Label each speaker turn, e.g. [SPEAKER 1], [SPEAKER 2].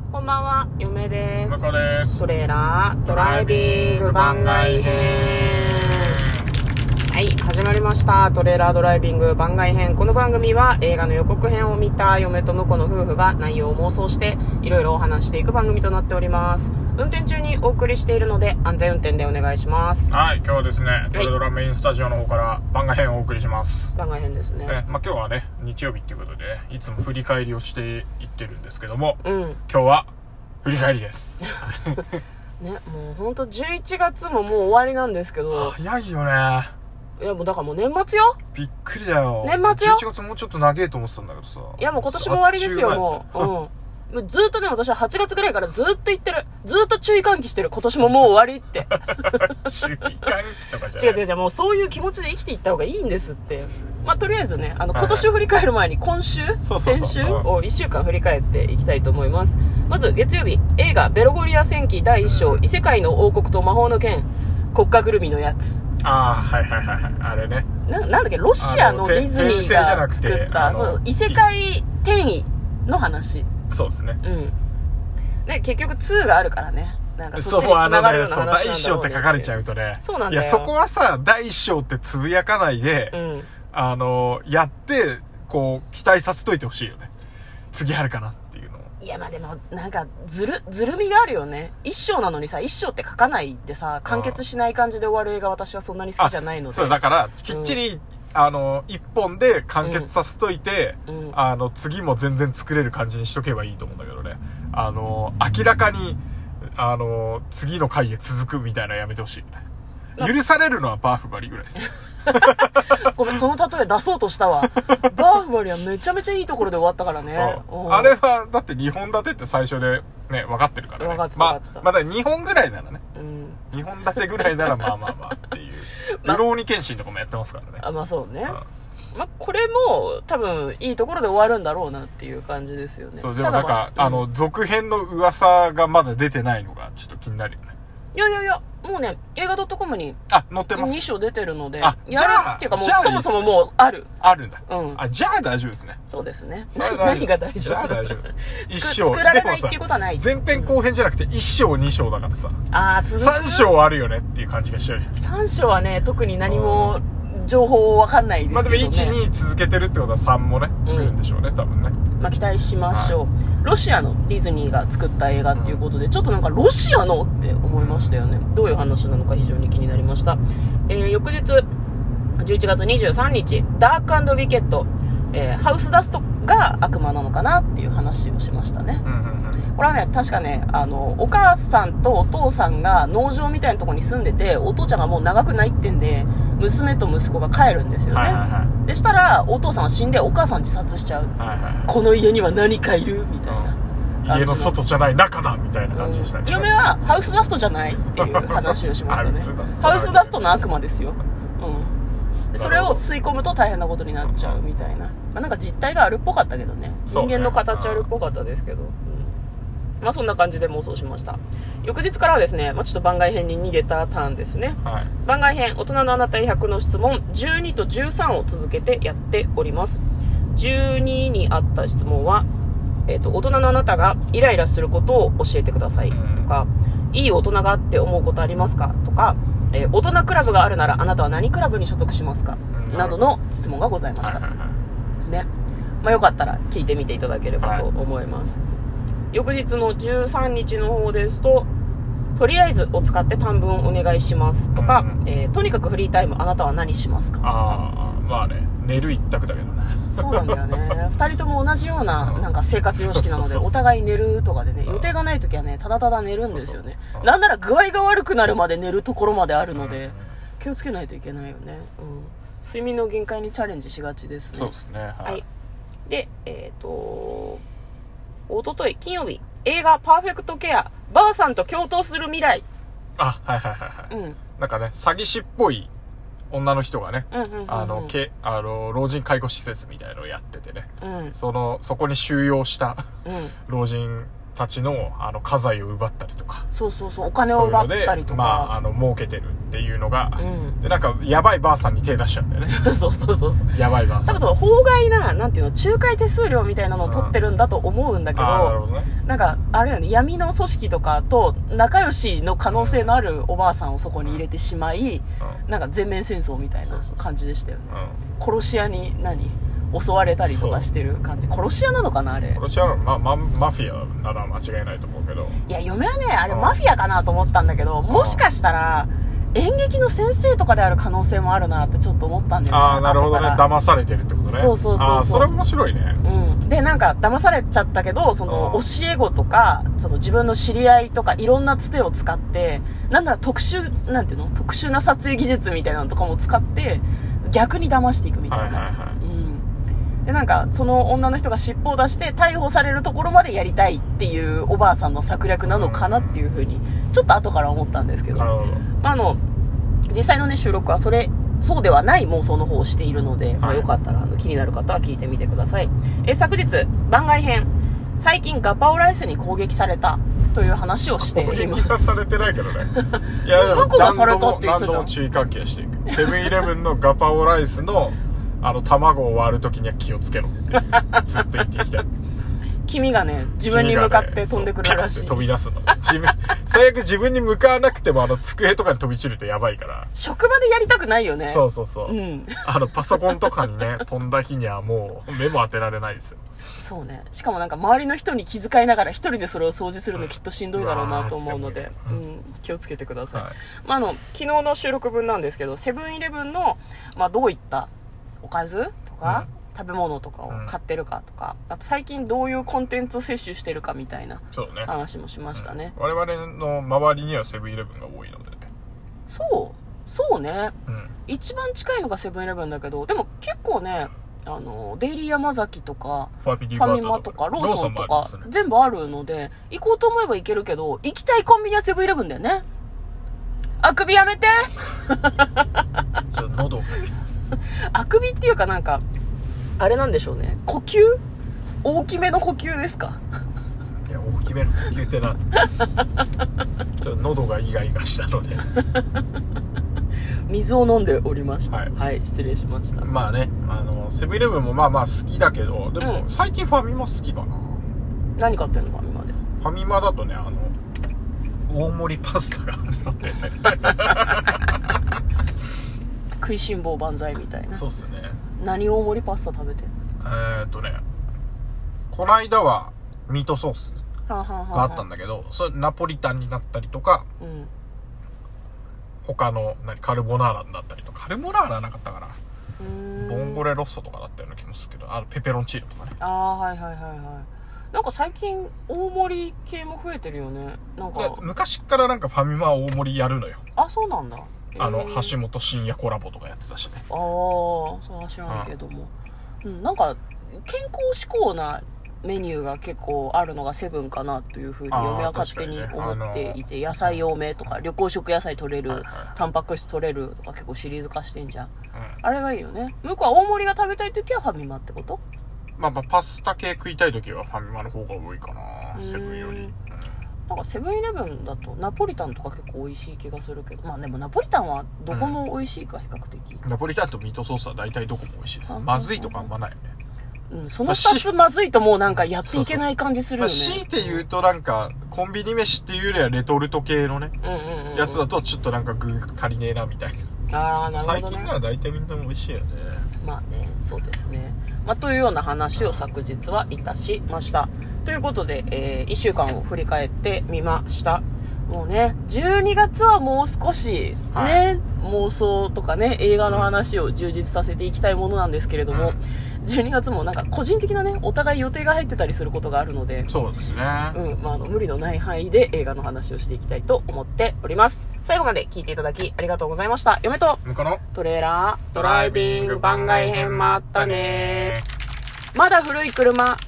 [SPEAKER 1] こんばんは、嫁です。
[SPEAKER 2] 向こうです。
[SPEAKER 1] トレーラードライビング番外編。はい、始まりました。トレーラードライビング番外編。この番組は映画の予告編を見た嫁と婿の夫婦が内容を妄想していろいろお話していく番組となっております。運転中にお送りしているので安全運転でお願いします。
[SPEAKER 2] はい、今日はですね、トレドラメインスタジオの方から番外編をお送りします。
[SPEAKER 1] 番外編ですね。
[SPEAKER 2] 今日はね、日曜日っていうことで、いつも振り返りをしていってるんですけども、
[SPEAKER 1] 今
[SPEAKER 2] 日は振り返りです。
[SPEAKER 1] ね、もうほんと11月ももう終わりなんですけど。
[SPEAKER 2] 早いよね。
[SPEAKER 1] いやもうだからもう年末よ。
[SPEAKER 2] びっくりだよ。
[SPEAKER 1] 年末よ。
[SPEAKER 2] 11月もうちょっと長えと思ってたんだけどさ。
[SPEAKER 1] いやもう今年も終わりですよ、もう。もうずっとね、私は8月ぐらいからずっと言ってる。ずっと注意喚起してる。今年ももう終わりって。
[SPEAKER 2] 注意喚起とかじゃない。
[SPEAKER 1] 違う、もうそういう気持ちで生きていった方がいいんですって。まあ、とりあえずね、今年を振り返る前に今週、先週を1週間振り返っていきたいと思います。まず月曜日、映画ベロゴリア戦記第1章、異世界の王国と魔法の剣、国家ぐるみのやつ。
[SPEAKER 2] はい。あれね。
[SPEAKER 1] なんだっけ、ロシアのディズニーが作った、そう異世界転移の話。
[SPEAKER 2] そうですね。
[SPEAKER 1] ね、結局2があるからね。なんかそっちに繋がるような話なんだろうね。
[SPEAKER 2] 第一章って書かれちゃうとね。
[SPEAKER 1] そうなんだよ。
[SPEAKER 2] いや、そこはさ、第一章ってつぶやかないで、やって、こう、期待させといてほしいよね。次あるかなっていうのを。
[SPEAKER 1] いや、まあでも、なんか、ずるみがあるよね。一章なのにさ、一章って書かないでさ、完結しない感じで終わる映画私はそんなに好きじゃないので。
[SPEAKER 2] そう、だから、きっちり、一本で完結させといて、次も全然作れる感じにしとけばいいと思うんだけどね。明らかに、次の回へ続くみたいなのやめてほしいよね。許されるのはバーフバリぐらいですよ。
[SPEAKER 1] ごめん、その例え出そうとしたわ。バーフバリはめちゃめちゃいいところで終わったからね。
[SPEAKER 2] あれは、だって2本立てって最初でね、分かってるからね。
[SPEAKER 1] 分かってた。
[SPEAKER 2] まだ2本ぐらいならね。2本立てぐらいならまあっていう。ルローニケンシンとかもやってますからね。
[SPEAKER 1] まあそうね。これも多分いいところで終わるんだろうなっていう感じですよね。
[SPEAKER 2] そう、でもなんか、続編の噂がまだ出てないのがちょっと気になるよね。
[SPEAKER 1] いや、もうね、映画 .com に
[SPEAKER 2] 載ってます。
[SPEAKER 1] 2章出てるので、
[SPEAKER 2] やる
[SPEAKER 1] っていうかもうそもそももうある
[SPEAKER 2] んだ。じゃあ大丈夫ですね。
[SPEAKER 1] そうですね。何が大丈夫？
[SPEAKER 2] じゃあ大丈夫。一章。
[SPEAKER 1] 作られないっていうことはない。
[SPEAKER 2] 前編後編じゃなくて1章2章だからさ。
[SPEAKER 1] 続く。
[SPEAKER 2] 3章あるよねっていう感じがしちゃうよ。
[SPEAKER 1] 3章はね、特に何も情報わかんないですけどね。
[SPEAKER 2] まあでも1、2続けてるってことは3もね、作るんでしょうね、多分ね。
[SPEAKER 1] まあ期待しましょう。ロシアのディズニーが作った映画っていうことで、ちょっとなんかロシアのって思いましたよね。どういう話なのか非常に気になりました。翌日、11月23日、ダーク&ウィケット、ハウスダストが悪魔なのかなっていう話をしましたね。これはね、確かね、お母さんとお父さんが農場みたいなところに住んでて、お父ちゃんがもう長くないってんで、娘と息子が帰るんですよね。でしたら、お父さんは死んで、お母さん自殺しちゃう。この家には何かいるみたいな。
[SPEAKER 2] 家の外じゃない中だみたいな感じでしたね。
[SPEAKER 1] 嫁はハウスダストじゃないっていう話をしましたね。ハウスダストの悪魔ですよ。それを吸い込むと大変なことになっちゃうみたいな。なんか実態があるっぽかったけどね。人間の形あるっぽかったですけど。まあそんな感じで妄想しました。翌日からはですね、ちょっと番外編に逃げたターンですね。番外編、大人のあなたへ100の質問、12と13を続けてやっております。12にあった質問は、大人のあなたがイライラすることを教えてくださいとか、いい大人があって思うことありますかとか、大人クラブがあるならあなたは何クラブに所属しますかなどの質問がございました。ね。よかったら聞いてみていただければと思います。翌日の13日の方ですと、とりあえずを使って短文お願いしますとか、とにかくフリータイムあなたは何しますかとか。
[SPEAKER 2] まあね、寝る一択だけどね。
[SPEAKER 1] そうなんだよね。二人とも同じようななんか生活様式なので、お互い寝るとかでね、予定がない時はね、ただただ寝るんですよね。なんなら具合が悪くなるまで寝るところまであるので、気をつけないといけないよね。睡眠の限界にチャレンジしがちですね。
[SPEAKER 2] そうですね。
[SPEAKER 1] はい。で、おととい金曜日、映画パーフェクトケア、ばあさんと共闘する未来。
[SPEAKER 2] なんかね、詐欺師っぽい女の人がね、老人介護施設みたいなのをやっててね、そこに収容した、老人たちの家財を奪ったりとか、
[SPEAKER 1] そうそうそう、お金を奪ったりとか、
[SPEAKER 2] 儲けてるっていうのが、でなんかやばいばあさんに手出しちゃうんだよね。
[SPEAKER 1] そうそうそうそう、
[SPEAKER 2] やばいばあさん、
[SPEAKER 1] 多分その法外ななんていうの、仲介手数料みたいなのを取ってるんだと思うんだけど、
[SPEAKER 2] なるほどね、
[SPEAKER 1] なんかあれよね、闇の組織とかと仲良しの可能性のあるおばあさんをそこに入れてしまい、なんか全面戦争みたいな感じでしたよね。殺し屋に襲われたりとかしてる感じ。殺し屋なのかなあれ。
[SPEAKER 2] 殺し屋なの、マフィアなら間違いないと思うけど。
[SPEAKER 1] いや、嫁はね、あれマフィアかなと思ったんだけど、もしかしたら演劇の先生とかである可能性もあるなってちょっと思ったんだよね。
[SPEAKER 2] ああ、なるほどね。騙されてるってことね。
[SPEAKER 1] そうそうそうそう。
[SPEAKER 2] それ面白いね。
[SPEAKER 1] で、なんか騙されちゃったけど、その教え子とか、その自分の知り合いとかいろんなつてを使って、なんなら特殊な撮影技術みたいなのとかも使って逆に騙していくみたいな。で、なんかその女の人が尻尾を出して逮捕されるところまでやりたいっていうおばあさんの策略なのかなっていう風にちょっと後から思ったんですけど、実際のね収録はそうではない妄想の方をしているので、よかったら気になる方は聞いてみてください。昨日番外編、最近ガパオライスに攻撃されたという話をしています。
[SPEAKER 2] 攻撃はされてないけどね。いや、でも
[SPEAKER 1] 僕がされたって言ってたじゃん。
[SPEAKER 2] 何度も注意喚起していく。セブンイレブンのガパオライスの卵を割るときには気をつけろ。ずっと言ってきた。
[SPEAKER 1] 君がね、自分に向かって飛んでくるらしい。
[SPEAKER 2] 飛び出すの。最悪自分に向かわなくても机とかに飛び散るとやばいから。
[SPEAKER 1] 職場でやりたくないよね。
[SPEAKER 2] そうそうそう。パソコンとかにね、飛んだ日にはもう目も当てられないですよ。
[SPEAKER 1] そうね。しかもなんか周りの人に気遣いながら一人でそれを掃除するのきっとしんどいだろうなと思うので、気をつけてください。昨日の収録分なんですけど、セブンイレブンの、どういったおかずとか、食べ物とかを買ってるかとか、あと最近どういうコンテンツ摂取してるかみたいな話もしましたね。
[SPEAKER 2] 我々の周りにはセブンイレブンが多いのでね。
[SPEAKER 1] そうね、一番近いのがセブンイレブンだけど、でも結構ね、デイリーヤマザキとかファミマとかローソンとか全部あるので、行こうと思えば行けるけど、行きたいコンビニはセブンイレブンだよね。あくびやめて
[SPEAKER 2] 喉
[SPEAKER 1] あくびっていうかなんかあれなんでしょうね、呼吸大きめの呼吸ですか。
[SPEAKER 2] いや、大きめの呼吸ってなちょっと喉がイガイガしたので
[SPEAKER 1] 水を飲んでおりました。はい、失礼しました。
[SPEAKER 2] まあね、セブンイレブンもまあ好きだけど、でも最近ファミマ好きかな。
[SPEAKER 1] 何買ってんのファミマで。
[SPEAKER 2] ファミマだとね、大盛りパスタがあるので
[SPEAKER 1] 食いしん坊万歳みたいな。
[SPEAKER 2] そうっすね。
[SPEAKER 1] 何大盛りパスタ食べてんの？
[SPEAKER 2] この間はミートソースがあったんだけど、それナポリタンになったりとか、他のカルボナーラになったりとか、カルボナーラなかったかな、ボンゴレロッソとかだったような気もするけど、ペペロンチーノとかね。
[SPEAKER 1] なんか最近大盛り系も増えてるよね。なんか
[SPEAKER 2] 昔からなんかファミマは大盛りやるのよ。
[SPEAKER 1] あ、そうなんだ。
[SPEAKER 2] 橋本真也コラボとかやってたしね。
[SPEAKER 1] それは知らんけども、なんか健康志向なメニューが結構あるのがセブンかなというふうに嫁は勝手に思っていて、野菜多めとか緑黄色野菜取れる、タンパク質取れるとか結構シリーズ化してんじゃん、あれがいいよね。向こうは大盛りが食べたい時はファミマってこと？
[SPEAKER 2] パスタ系食いたい時はファミマの方が多いかな、セブンより。
[SPEAKER 1] なんかセブンイレブンだとナポリタンとか結構美味しい気がするけど、でもナポリタンはどこも美味しいか比較的、
[SPEAKER 2] ナポリタンとミートソースは大体どこも美味しいです。まずいとかあんまないよね。
[SPEAKER 1] その2つまずいともうなんかやっていけない感じするよね。
[SPEAKER 2] 強いて言うとなんかコンビニ飯っていうよりはレトルト系のね、やつだとちょっとなんか具足りねえなみたいな。なるほどね。最近のは大体みんな美味しいよね。
[SPEAKER 1] そうですね。というような話を昨日はいたしました。ということで、1週間を振り返ってみました。もうね、12月はもう少しね、妄想とかね、映画の話を充実させていきたいものなんですけれども、12月もなんか個人的なね、お互い予定が入ってたりすることがあるので、
[SPEAKER 2] そうですね。
[SPEAKER 1] 無理のない範囲で映画の話をしていきたいと思っております。最後まで聞いていただきありがとうございました。嫁と
[SPEAKER 2] 向こうの
[SPEAKER 1] トレーラードライビング番外編もあったね。まだ古い車